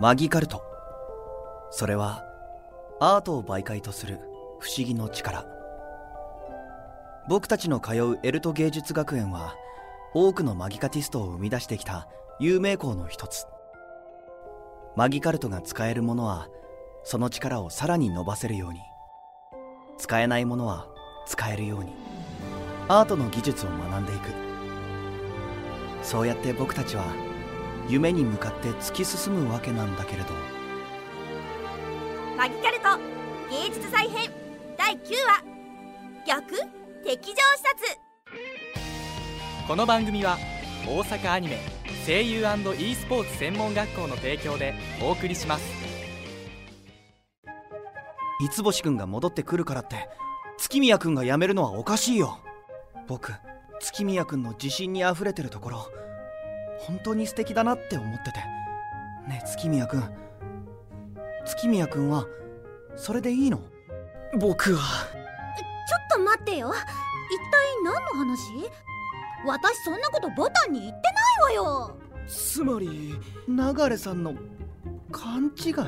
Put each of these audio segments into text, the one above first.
マギカルト。それはアートを媒介とする不思議の力。僕たちの通うエルト芸術学園は多くのマギカティストを生み出してきた有名校の一つ。マギカルトが使えるものはその力をさらに伸ばせるように、使えないものは使えるようにアートの技術を学んでいく。そうやって僕たちは夢に向かって突き進むわけなんだけれど。 マギカルト芸術再編第9話、逆敵情視察。 この番組は大阪アニメ声優&eスポーツ専門学校の提供でお送りします。 三ツ星くんが戻ってくるからって月宮くんが辞めるのはおかしいよ。僕、月宮くんの自信にあふれてるところ本当に素敵だなって思ってて。ねえ月宮くん、月宮くんはそれでいいの？僕は。 ちょっと待ってよ、一体何の話？私そんなことボタンに言ってないわよ。 つまり流さんの勘違い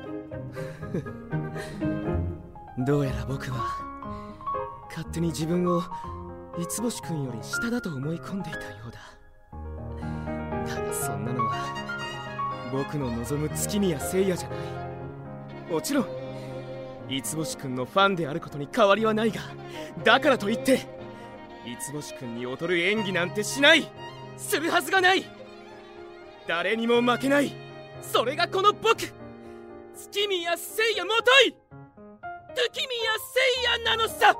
どうやら僕は勝手に自分を三ツ星くんより下だと思い込んでいたようだ。だがそんなのは僕の望む月宮聖也じゃない。もちろん三ツ星くんのファンであることに変わりはないが、だからといって三ツ星くんに劣る演技なんてしない、するはずがない。誰にも負けない、それがこの僕、月宮聖也もとい月宮聖也なのさ。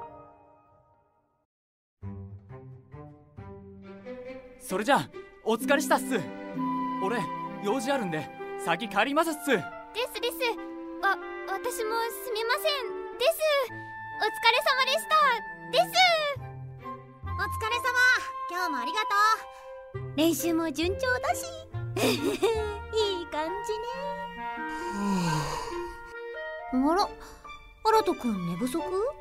それじゃあお疲れしたっす。俺用事あるんで先帰りますっす。 です私もすみませんです。お疲れ様でしたです。 お疲れ様、今日もありがとう。練習も順調だしいい感じね。あら、新人くん寝不足？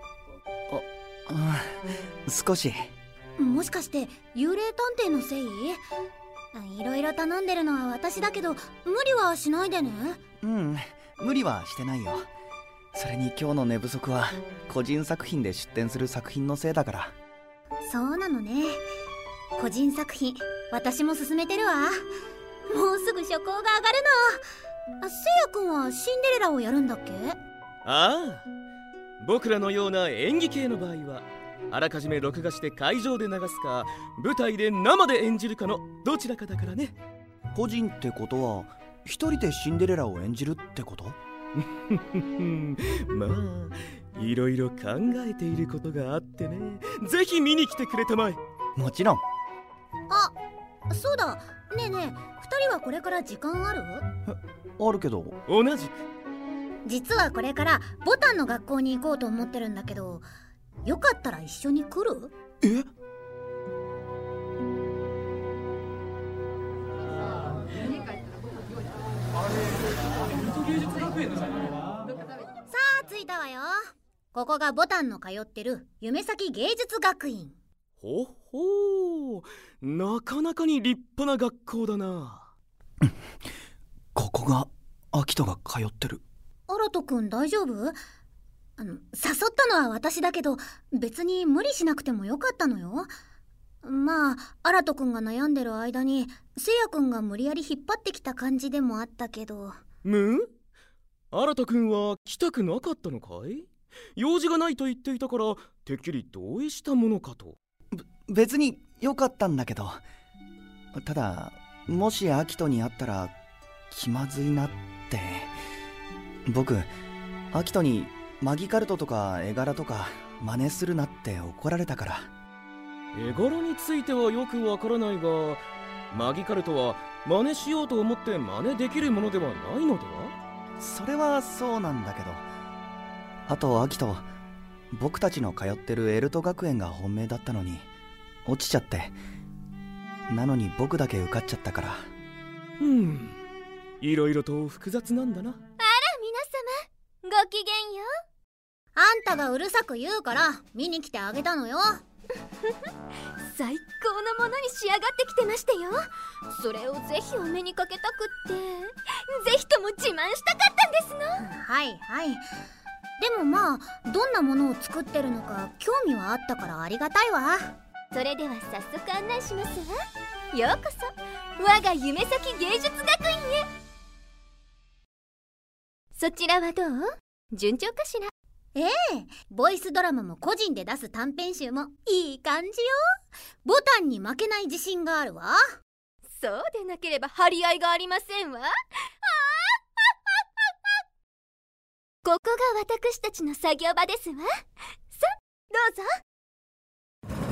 少し。 もしかして幽霊探偵のせい？いろいろ頼んでるのは私だけど無理はしないでね。 うん、無理はしてないよ。それに今日の寝不足は個人作品で出展する作品のせいだから。 そうなのね。個人作品私も進めてるわ。もうすぐ初稿が上がるの。せいやくんはシンデレラをやるんだっけ？ ああ、僕らのような演技系の場合はあらかじめ録画して会場で流すか、舞台で生で演じるかのどちらかだからね。 個人ってことは一人でシンデレラを演じるってこと？ まあいろいろ考えていることがあってね。ぜひ見に来てくれたまえ。 もちろん。 あ、そうだ。ねえねえ、二人はこれから時間ある？ あるけど。 同じく。 実はこれからボタンの学校に行こうと思ってるんだけど、よかったら一緒に来る？ え？ さあ着いたわよ。ここがボタンの通ってる夢咲芸術学院。 ほほう、なかなかに立派な学校だな。 ここがアキトが通ってる。 新人くん大丈夫？誘ったのは私だけど別に無理しなくてもよかったのよ。まあ新人くんが悩んでる間にせいやくんが無理やり引っ張ってきた感じでもあったけど。 新人くんは来たくなかったのかい？用事がないと言っていたからてっきり同意したものかと。 別によかったんだけど、ただもしアキトに会ったら気まずいなって。僕アキトにマギカルトとか絵柄とか真似するなって怒られたから。 絵柄についてはよくわからないが、マギカルトは真似しようと思って真似できるものではないのでは？ それはそうなんだけど、あとアキト、僕たちの通ってるエルト学園が本命だったのに落ちちゃって、なのに僕だけ受かっちゃったから。 いろいろと複雑なんだな。 あら皆様ごきげんよあんたがうるさく言うから見に来てあげたのよ。 最高のものに仕上がってきてましたよ。それをぜひお目にかけたくって、ぜひとも自慢したかったんですの。 はいはい。でもまあどんなものを作ってるのか興味はあったからありがたいわ。 それでは早速案内しますわ。ようこそ我が夢咲芸術学院へ。そちらはどう？順調かしら？ ボイスドラマも個人で出す短編集もいい感じよ。ボタンに負けない自信があるわ。 そうでなければ張り合いがありませんわ。ここが私たちの作業場ですわ。さあど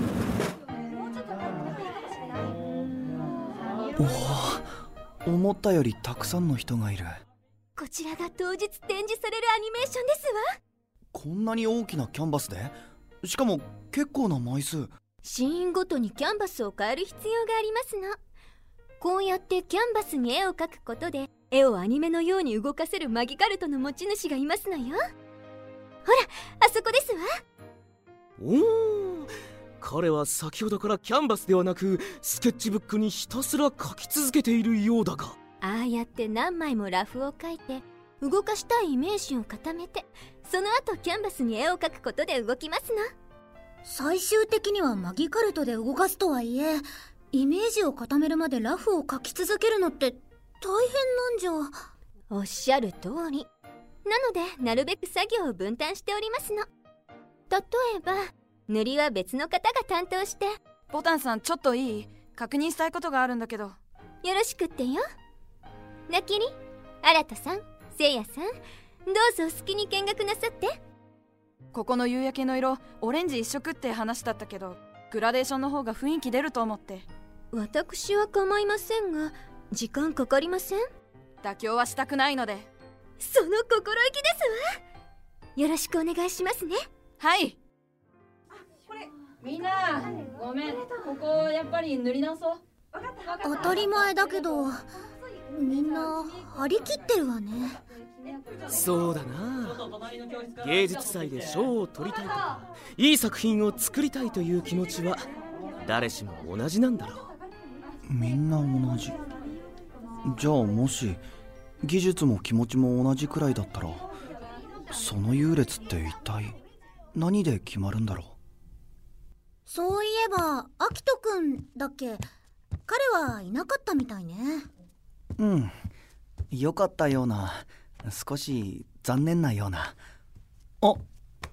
うぞ。 おお、思ったよりたくさんの人がいる。 こちらが当日展示されるアニメーションですわ。 こんなに大きなキャンバスで、しかも結構な枚数。 シーンごとにキャンバスを変える必要がありますの。こうやってキャンバスに絵を描くことで絵をアニメのように動かせるマギカルトの持ち主がいますのよ。ほら、あそこですわ。 おお、彼は先ほどからキャンバスではなくスケッチブックにひたすら描き続けているようだが。 ああやって何枚もラフを描いて動かしたいイメージを固めて、その後キャンバスに絵を描くことで動きますの。 最終的にはマギカルトで動かすとはいえ、イメージを固めるまでラフを描き続けるのって大変なんじゃ。 おっしゃる通りなので、なるべく作業を分担しておりますの。例えば塗りは別の方が担当して。 ボタンさん、ちょっといい？確認したいことがあるんだけど。 よろしくってよ。なきり、新さん、せいやさん、どうぞお好きに見学なさって。 ここの夕焼けの色オレンジ一色って話だったけど、グラデーションの方が雰囲気出ると思って。 私は構いませんが、時間かかりません？ 妥協はしたくないので。 その心意気ですわ。よろしくお願いしますね。 はい。 みんなごめん、ここやっぱり塗り直そう。 当たり前だけどみんな張り切ってるわね。 そうだな、芸術祭で賞を取りたいとかいい作品を作りたいという気持ちは誰しも同じなんだろう。みんな同じ。じゃあもし技術も気持ちも同じくらいだったら、その優劣って一体何で決まるんだろう。 そういえばアキトくんだっけ、彼はいなかったみたいね。 うん、よかったような、少し残念なような。あん？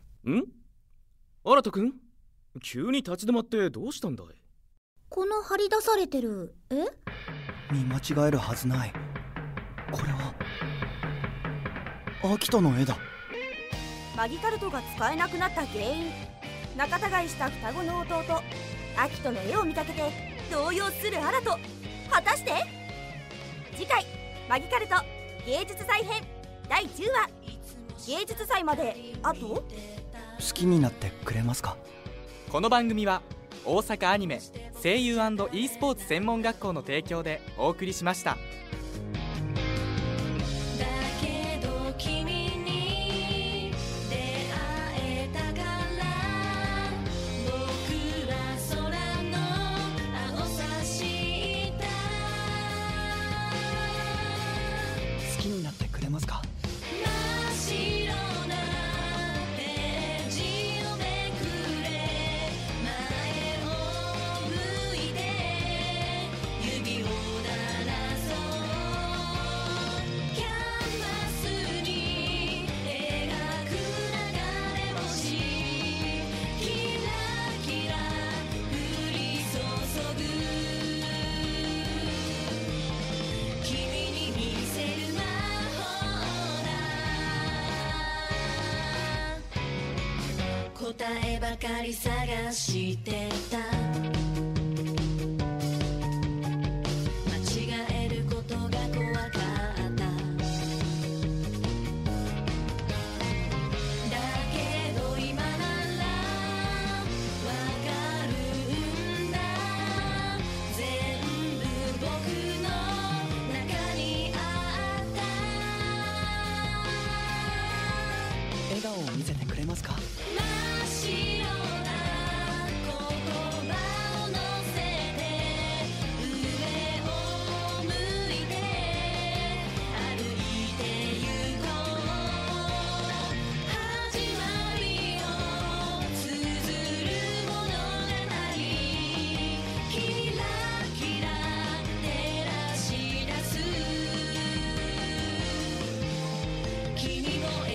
新くん、急に立ち止まってどうしたんだい？ この張り出されてる絵？ 見間違えるはずない。これはアキトの絵だ。 マギカルトが使えなくなった原因、仲違いした双子の弟アキトの絵を見かけて動揺するアラト。果たして次回マギカルト芸術祭編第10話。芸術祭まであと？ 好きになってくれますか？ この番組は大阪アニメ声優&e スポーツ専門学校の提供でお送りしました。 好きになってくれますか？ 答えばかり探してた。間違えることが怖かった。だけど今ならわかるんだ。全部僕の中にあった。 笑顔を見せてくれますか？ 真っ白な言葉を乗せて上を向いて歩い君も